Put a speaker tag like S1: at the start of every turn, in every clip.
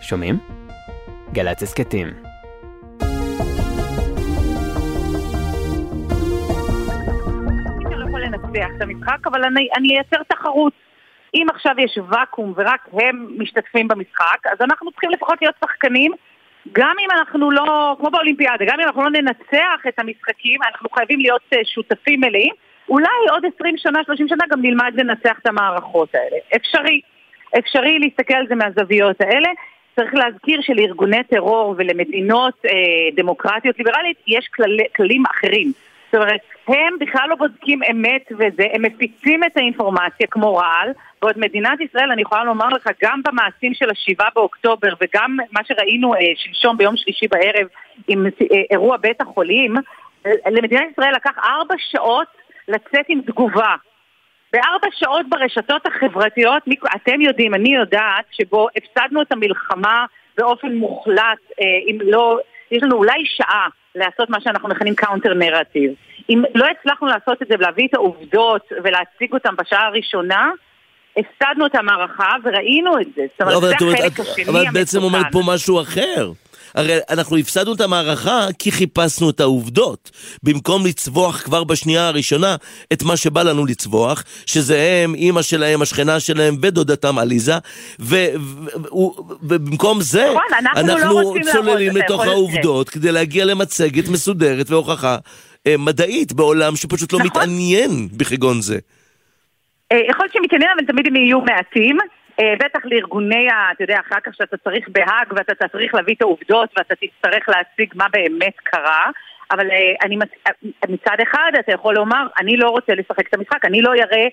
S1: שומעים? גל"צ הסכתים.
S2: אני לא יכול לנצח את המשחק, אבל אני אייצר תחרות. אם עכשיו יש ואקום ורק הם משתתפים במשחק, אז אנחנו צריכים לפחות להיות שחקנים, גם אם אנחנו לא, כמו באולימפיאדה, גם אם אנחנו לא ננצח את המשחקים, אנחנו חייבים להיות שותפים מלאים. אולי עוד 20 שנה, 30 שנה גם נלמד לנצח את המערכות האלה. אפשרי להסתכל על זה מהזוויות האלה. צריך להזכיר שלארגוני טרור ולמדינות דמוקרטיות ליברלית יש כללים אחרים. זאת אומרת, הם בכלל לא בודקים אמת וזה, הם מפיצים את האינפורמציה כמו רעל, ועוד מדינת ישראל, אני יכולה לומר לך, גם במעשים של 7 באוקטובר וגם מה שראינו שלשום ביום שלישי בערב עם אירוע בית החולים, למדינת ישראל לקח 4 שעות לצאת עם תגובה. ב4 שעות ברשתות החברתיות, אתם יודעים, אני יודעת שבו הפסדנו את המלחמה באופן מוחלט, אם לא, יש לנו אולי שעה לעשות מה שאנחנו מכנים קאונטר נרטיב. אם לא הצלחנו לעשות את זה ולהביא את העובדות ולהציג אותם בשעה הראשונה, הפסדנו את המערכה וראינו את זה. זאת אומרת, זה החלק השני.
S3: אבל בעצם אומר פה משהו אחר. הרי אנחנו הפסדנו את המערכה כי חיפשנו את העובדות. במקום לצבוח כבר בשנייה הראשונה את מה שבא לנו לצבוח, שזה הם, אמא שלהם, השכנה שלהם ודודתם עליזה, ובמקום זה אנחנו צוללים לתוך העובדות כדי להגיע למצגת מסודרת והוכחה מדעית בעולם שפשוט לא מתעניין בכגון זה.
S2: יכול להיות שמתעניין, אבל תמיד הם יהיו מעטים. בטח לארגוני, אתה יודע, אחר כך שאתה צריך בהאג ואתה צריך להביא את העובדות ואתה תצטרך להציג מה באמת קרה, אבל מצד אחד אתה יכול לומר, אני לא רוצה לשחק את המשחק, אני לא יראה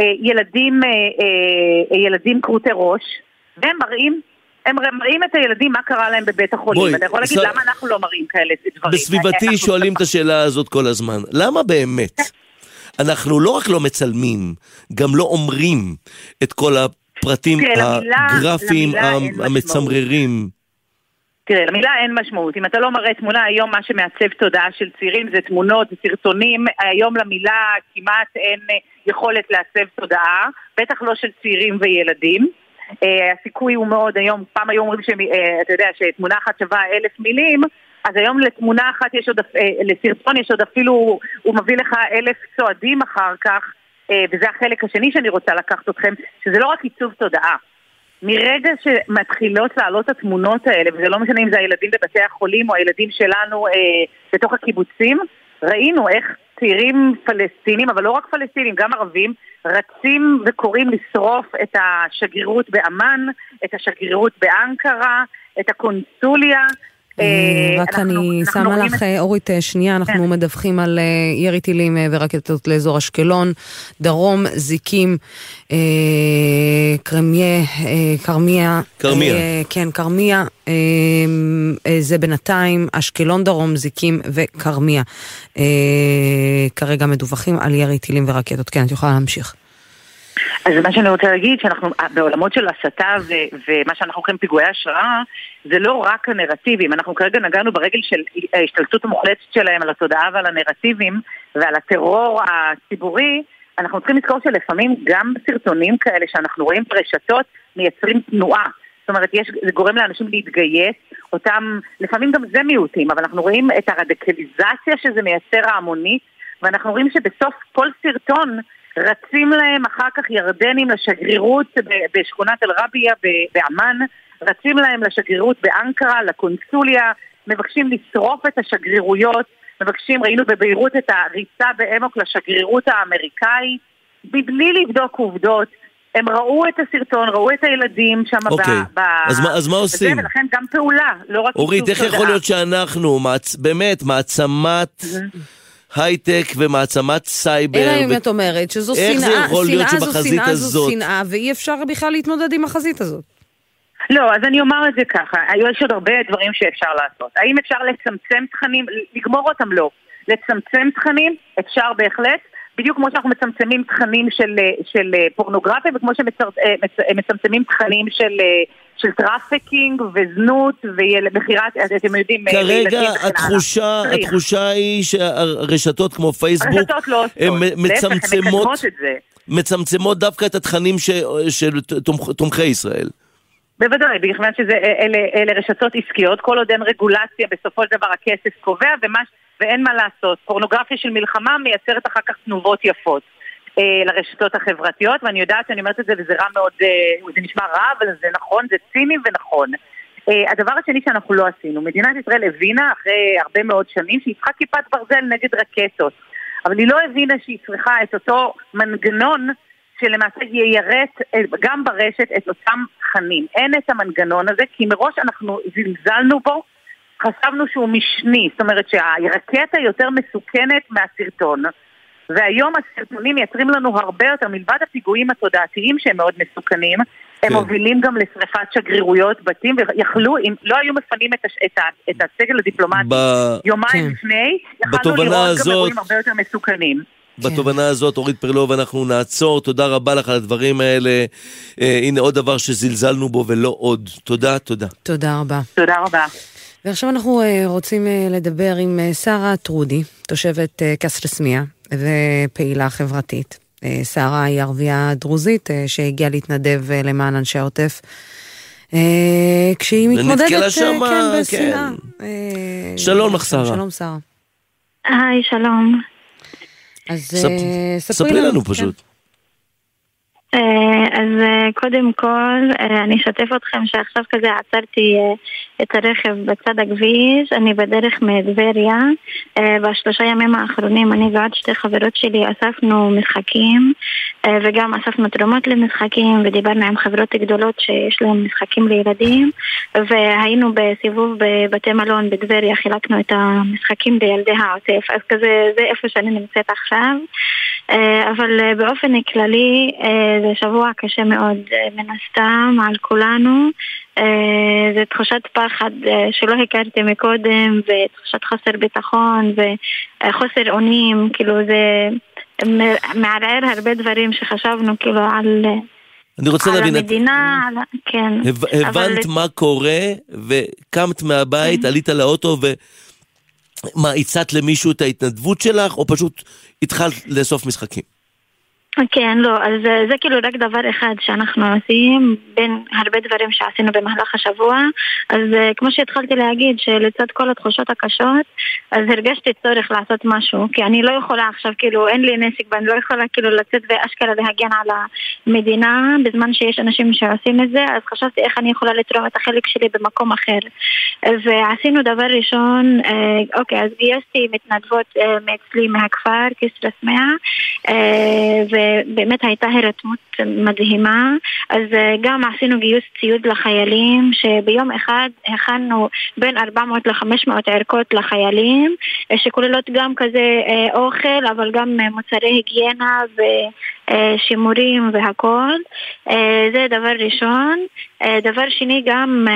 S2: ילדים קרוטי ראש, והם מראים את הילדים מה קרה להם בבית החולים, ואתה יכול להגיד למה אנחנו לא מראים כאלה דברים.
S3: בסביבתי שואלים את השאלה הזאת כל הזמן, למה באמת אנחנו לא רק לא מצלמים, גם לא אומרים את כל הפרטים הגרפיים המצמררים?
S2: תראה, למילה אין משמעות. אם אתה לא מראה תמונה, היום מה שמעצב תודעה של צעירים זה תמונות, זה סרטונים. היום למילה כמעט אין יכולת לעצב תודעה, בטח לא של צעירים וילדים. הסיכוי הוא מאוד היום, פעם היום אומרים אתה יודע שתמונה אחת שווה 1,000 מילים, אז היום לתמונה אחת יש עוד, לסרטון יש עוד אפילו, הוא מביא לך 1,000 צועדים אחר כך, וזה החלק השני שאני רוצה לקחת אתכם, שזה לא רק עיצוב תודעה. מרגע שמתחילות לעלות התמונות האלה, וזה לא משנה אם זה הילדים בבתי החולים או הילדים שלנו בתוך הקיבוצים, ראינו איך צעירים פלסטינים, אבל לא רק פלסטינים, גם ערבים, רצים וקוראים לשרוף את השגרירות באמן, את השגרירות באנקרה, את הקונסוליה.
S4: רק אני שמה לך, אורית, שנייה, אנחנו מדווחים על ירי טילים ורקטות לאזור אשקלון, דרום, זיקים, קרמיה, זה בינתיים, אשקלון, דרום, זיקים וקרמיה. כרגע מדווחים על ירי טילים ורקטות. כן, את יכולה להמשיך.
S2: אז מה שאני רוצה להגיד, שאנחנו בעולמות של הסתה ומה שאנחנו קוראים פיגועי השראה, זה לא רק הנרטיבים. אנחנו כרגע נגענו ברגל של ההשתלטות המוחלטת שלהם על התודעה ועל הנרטיבים ועל הטרור הציבורי. אנחנו צריכים לזכור שלפעמים גם בסרטונים כאלה שאנחנו רואים ברשתות מייצרים תנועה. זאת אומרת, זה גורם לאנשים להתגייס, אותם, לפעמים גם זה מיעוטים, אבל אנחנו רואים את הרדיקליזציה שזה מייצר ההמונית, ואנחנו רואים שבסוף כל סרטון רצים להם אחר כך ירדנים לשגרירות בשכונת אל-רביה באמן, רצים להם לשגרירות באנקרה, לקונסוליה, מבקשים לשרוף את השגרירויות, ראינו בביירות את הריצה באמוק לשגרירות האמריקאית, בלי לבדוק עובדות. הם ראו את הסרטון, ראו את הילדים שם
S3: אז מה עושים?
S2: ולכן גם פעולה, לא רק...
S3: אורית, איך יכול להיות שאנחנו באמת מעצמת הייטק ומעצמת סייבר?
S4: אלא אם את אומרת שזו שנאה,
S3: איך זה יכול להיות שבחזית הזאת?
S4: שנאה, ואי אפשר בכלל להתמודד עם החזית הזאת.
S2: לא, אז אני אומר את זה ככה, יש עוד הרבה דברים שאפשר לעשות. האם אפשר לצמצם תכנים? לגמור אותם לא. לצמצם תכנים אפשר בהחלט, בדיוק כמו שאנחנו מצמצמים תכנים של פורנוגרפיה, וכמו שמצמצמים תכנים של טראפיקינג וזנות ומחירת, אתם יודעים,
S3: כרגע התחושה היא שהרשתות כמו פייסבוק מצמצמות דווקא את התכנים של תומכי ישראל.
S2: בוודאי, בגלל שאלה רשתות עסקיות, כל עוד אין רגולציה, בסופו של דבר הכסף קובע, ואין מה לעשות. פורנוגרפיה של מלחמה מייצרת אחר כך תנובות יפות לרשתות החברתיות, ואני יודעת שאני אומרת את זה, וזה רע מאוד, זה נשמע רע, אבל זה נכון, זה ציני ונכון. הדבר השני שאנחנו לא עשינו, מדינת ישראל הבינה אחרי הרבה מאוד שנים שהיא צריכה כיפת ברזל נגד רקטות, אבל היא לא הבינה שהיא צריכה את אותו מנגנון שלמעשה יירט גם ברשת את אותם תכנים. אין את המנגנון הזה, כי מראש אנחנו זלזלנו בו, חשבנו שהוא משני, זאת אומרת שהרקטה יותר מסוכנת מהסרטון. והיום הסרטונים מייצרים לנו הרבה יותר, מלבד הפיגועים התודעתיים שהם מאוד מסוכנים, הם מובילים גם לשריפת שגרירויות בתים, ויכלו, אם לא היו מפנים את הסגל הדיפלומטי יומיים לפני, יכלנו לראות גם אירועים הרבה יותר מסוכנים.
S3: בתובנה הזאת, אורית פרלוב, אנחנו נעצור. תודה רבה לך על הדברים האלה. הנה עוד דבר שזלזלנו בו ולא עוד. תודה, תודה.
S4: תודה רבה.
S2: תודה רבה.
S4: ועכשיו אנחנו רוצים לדבר עם שרה טרודי, תושבת קסר סמיע ופעילה חברתית. שרה היא ערבייה דרוזית שהגיעה להתנדב למען אנשי העוטף. כשהיא מתמודדת בשנאה.
S3: שלום לך שרה.
S4: שלום שרה.
S5: היי, שלום.
S4: אז
S3: ספרי לנו פשוט.
S5: אז קודם כל אני אשתף אתכם שעכשיו כזה עצרתי את הרכב בצד הכביש, אני בדרך מדבריה. בשלושה ימים האחרונים אני ועד שתי חברות שלי אספנו משחקים וגם אספנו תרומות למשחקים, ודיברנו עם חברות גדולות שיש להם משחקים לילדים, והיינו בסיבוב בבתי מלון בדבריה, חילקנו את המשחקים לילדי העוטף. אז כזה זה איפה שאני נמצאת עכשיו. אבל באופן כללי זה שבוע קשה מאוד מן הסתם על כולנו. זה תחושת פחד שלא הכרתי מקודם, ותחושת חוסר ביטחון וחוסר אונים, כאילו זה מערער הרבה דברים שחשבנו כאילו על המדינה. כן.
S3: הבנת מה קורה וקמת מהבית, עלית לאוטו מה, הצעת למישהו את ההתנדבות שלך, או פשוט התחלת לאסוף משחקים?
S5: כן, לא, אז זה כאילו רק דבר אחד שאנחנו עושים בין הרבה דברים שעשינו במהלך השבוע. אז כמו שהתחלתי להגיד, שלצד כל התחושות הקשות, אז הרגשתי צורך לעשות משהו, כי אני לא יכולה עכשיו, כאילו אין לי נשק, ואני לא יכולה כאילו לצאת ואשכרה להגן על המדינה בזמן שיש אנשים שעושים את זה. אז חשבתי איך אני יכולה לתרום את החלק שלי במקום אחר, ועשינו דבר ראשון. אוקיי, אז גייסתי מתנדבות מאצלי מהכפר קסר סמיע, ובאמת הייתה הרתמות מדהימה. אז גם עשינו גיוס ציוד לחיילים, שביום אחד הכנו בין 400 ל-500 ערכות לחיילים, שכוללות גם כזה אוכל, אבל גם מוצרי היגיינה ושימורים והכל. זה דבר ראשון. דבר שני, גם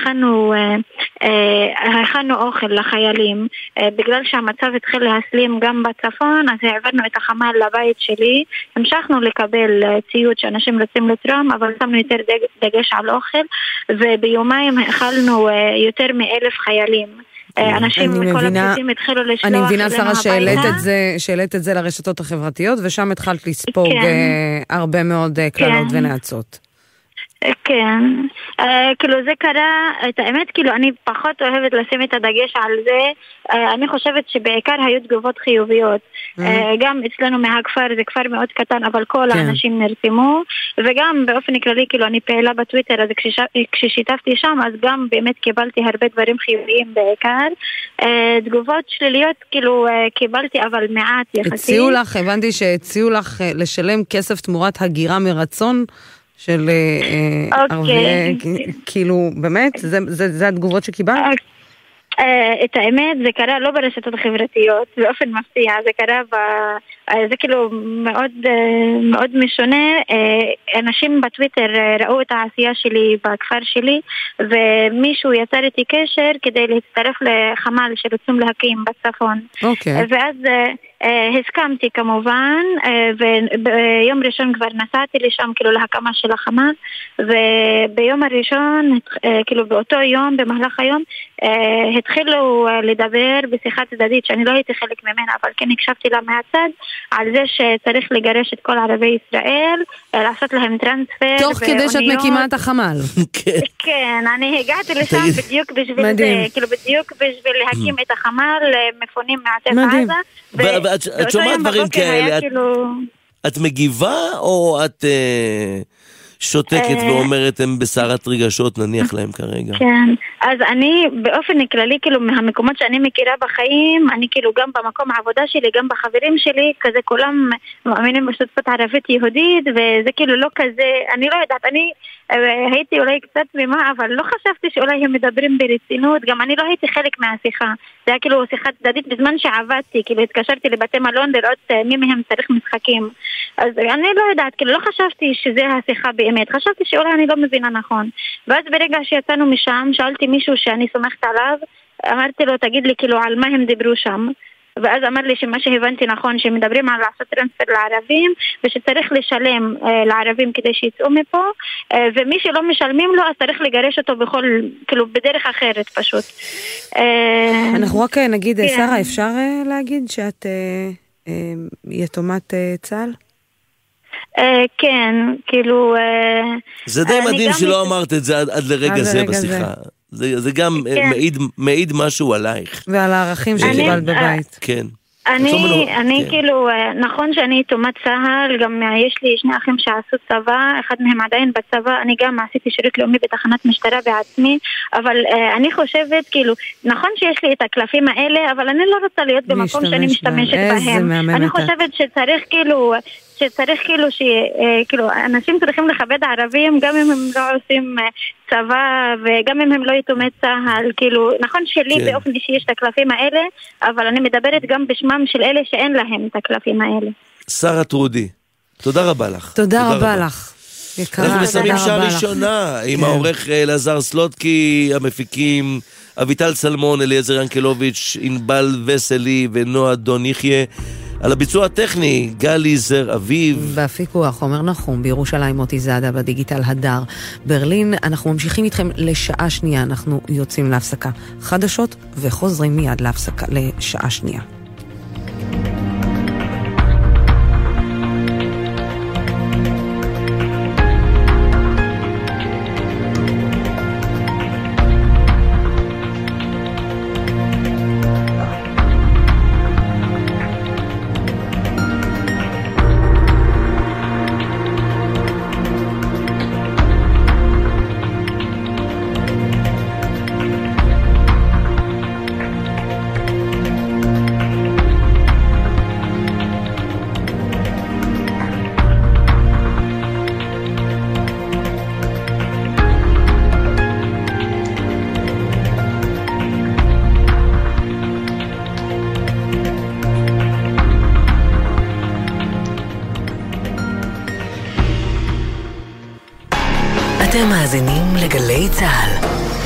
S5: הכנו אוכל לחיילים. בגלל שהמצב התחיל להסלים גם בצפון, אז העברנו את החמ"ל לבית שלי. המשכנו לקבל ציוד שאנשים רוצים לתרום, אבל שמנו יותר דגש על אוכל, וביומיים אכלנו יותר מ1,000 חיילים. אנשים מכל הפריטים התחילו לשלוח.
S4: אני מבינה, שרה, שהעלית את זה לרשתות החברתיות, ושם התחלת לספוג הרבה מאוד קללות ונאצות.
S5: כן, כאילו זה קרה, את האמת, כאילו אני פחות אוהבת לשים את הדגש על זה. אני חושבת שבעיקר היו תגובות חיוביות. גם אצלנו מהכפר, זה כפר מאוד קטן, אבל כל האנשים נרתמו, וגם באופן כללי, כאילו אני פעילה בטוויטר, אז כששיתפתי שם, אז גם באמת קיבלתי הרבה דברים חיוביים בעיקר. תגובות שליליות, כאילו קיבלתי, אבל מעט יחסית.
S4: הציעו לך, הבנתי שהציעו לך לשלם כסף תמורת הגירה מרצון, של ערביי, כאילו, באמת? זה התגובות שקיבלת?
S5: את האמת, זה קרה לא ברשתות החברתיות, באופן מפתיע, זה קרה זה כאילו מאוד מאוד משונה. אנשים בטוויטר ראו את העשייה שלי בכפר שלי, ומישהו יצר איתי קשר כדי להצטרף לחמ"ל שרוצים להקים בצפון. ואז הסכמתי כמובן, וביום ראשון כבר נסעתי לשם כאילו להקמה של החמאס, וביום הראשון, כאילו באותו יום, במהלך היום, התחילו לדבר בשיחה צדדית שאני לא הייתי חלק ממנה, אבל כן הקשבתי לה מהצד, על זה שצריך לגרש את כל ערבי ישראל, לעשות להם טרנספר.
S4: תוך כדי שאת מקימה את החמ"ל.
S5: כן, אני הגעתי לשם בדיוק בשביל זה, כאילו בדיוק בשביל להקים את החמ"ל מפונים מעטף עזה.
S3: ואת שומעת דברים כאלה, את מגיבה או את שותקת ואומרת הם בסערת רגשות נניח להם כרגע?
S5: כן, אז אני באופן כללי כאילו מהמקומות שאני מכירה בחיים, אני כאילו גם במקום העבודה שלי, גם בחברים שלי, כזה כולם מאמינים בשותפות ערבית יהודית, וזה כאילו לא כזה, אני לא יודעת, אני הייתי אולי קצת תמימה, אבל לא חשבתי שאולי הם מדברים ברצינות, גם אני לא הייתי חלק מהשיחה, זה היה כאילו שיחה צדדית בזמן שעבדתי, כאילו התקשרתי לבתי מלון לראות מי מהם צריך משחקים, אז אני לא יודעת, כאילו לא חשבתי שזה השיחה באמת, חשבתי שאולי אני לא מבינה נכון, ואז ברגע שיצאנו משם, שאלתי מישהו שאני סומכת עליו, אמרתי לו תגיד לי כאילו על מה הם דיברו שם, ואז אמר לי שמה שהבנתי נכון, שמדברים על לעשות טרנספר לערבים, ושצריך לשלם לערבים כדי שיצאו מפה, ומי שלא משלמים לו, אז צריך לגרש אותו בכל, כאילו בדרך אחרת פשוט.
S4: אנחנו רק נגיד, שרה, אפשר להגיד שאת יתומת צה"ל?
S5: כן, כאילו...
S3: זה די מדהים שלא אמרת את זה עד לרגע זה בשיחה. זה גם מעיד משהו עלייך.
S4: ועל הערכים שקיבלת בבית.
S3: כן.
S5: אני כאילו, נכון שאני יתומת צה"ל, גם יש לי שני אחים שעשו צבא, אחד מהם עדיין בצבא, אני גם עשיתי שירות לאומי בתחנת משטרה בעצמי, אבל אני חושבת כאילו, נכון שיש לי את הקלפים האלה, אבל אני לא רוצה להיות במקום שאני משתמשת בהם. אני חושבת שצריך כאילו, אנשים צריכים לכבד הערבים, גם אם הם לא עושים צבא, וגם אם הם לא יתומי צה"ל, כאילו, נכון שלי באופן אישי יש את הקלפים האלה, אבל אני מדברת גם בשמם של אלה שאין להם את הקלפים האלה.
S3: שרה טרודי, תודה רבה לך.
S4: תודה רבה לך.
S3: אנחנו מסיימים שעה ראשונה עם העורך אלעזר סלוטקי, המפיקים אביטל סלמון, אליעזר ינקלוביץ', ענבל וסלי ונועה דון יחיה. על הביצוע הטכני, גלי זר אביב.
S4: בהפיקוח, עומר נחום, בירושלים מוטי זאדה, בדיגיטל הדר. ברלין, אנחנו ממשיכים איתכם לשעה שנייה, אנחנו יוצאים להפסקה חדשות וחוזרים מיד להפסקה לשעה שנייה.
S6: אתם מאזינים לגלי צה"ל.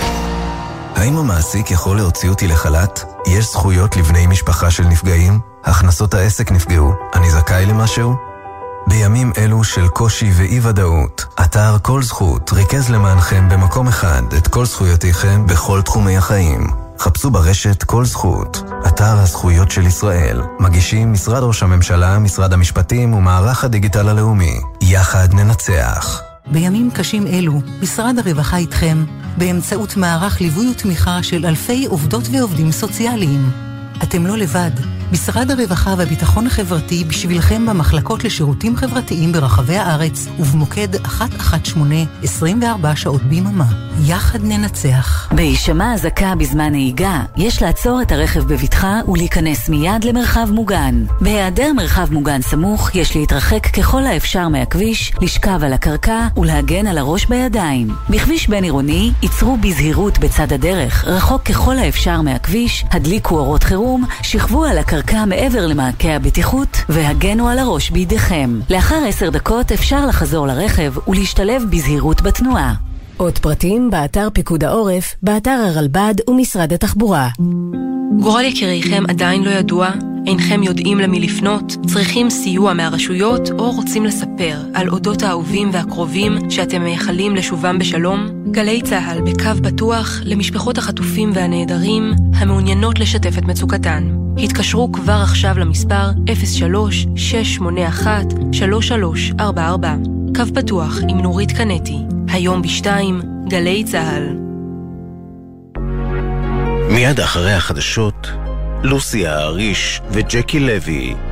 S7: האם המעסיק יכול להוציא אותי לחל"ת? יש זכויות לבני משפחה של נפגעים? הכנסות העסק נפגעו. אני זכאי למשהו? בימים אלו של קושי ואי-ודאות, אתר כל זכות ריכז למענכם במקום אחד את כל זכויותיכם בכל תחומי החיים. חפשו ברשת כל זכות, אתר הזכויות של ישראל. מגישים משרד ראש הממשלה, משרד המשפטים ומערך הדיגיטל הלאומי. יחד ננצח.
S6: בימים קשים אלו, משרד הרווחה איתכם, באמצעות מערך ליווי ותמיכה של אלפי עובדות ועובדים סוציאליים. אתם לא לבד. משרד הרווחה והביטחון החברתי בשבילכם במחלקות לשירותים חברתיים ברחבי הארץ ובמוקד 118 24 שעות ביממה. יחד ננצח.
S8: בהישמע אזעקה בזמן נהיגה, יש לעצור את הרכב בבטחה ולהיכנס מיד למרחב מוגן. בהיעדר מרחב מוגן סמוך, יש להתרחק ככל האפשר מהכביש, לשכב על הקרקע ולהגן על הראש בידיים. בכביש בין עירוני, ייצרו בזהירות בצד הדרך, רחוק ככל האפשר מהכביש, הדליקו אורות חירום, שכבו על הקרקע מעבר למעקי הבטיחות והגנו על הראש בידיכם. לאחר 10 דקות אפשר לחזור לרכב ולהשתלב בזהירות בתנועה.
S6: עוד פרטים באתר פיקוד העורף, באתר הרלב"ד ומשרד התחבורה.
S9: גורל יקיריכם עדיין לא ידוע? אינכם יודעים למי לפנות, צריכים סיוע מהרשויות או רוצים לספר על אודות האהובים והקרובים שאתם מייחלים לשובם בשלום? גלי צהל בקו פתוח למשפחות החטופים והנעדרים המעוניינות לשתף את מצוקתן. התקשרו כבר עכשיו למספר 03-681-3344. קו פתוח עם נורית קנטי. היום ב2, גלי צהל.
S10: מיד אחרי החדשות, לוסי האריש וג'קי לוי.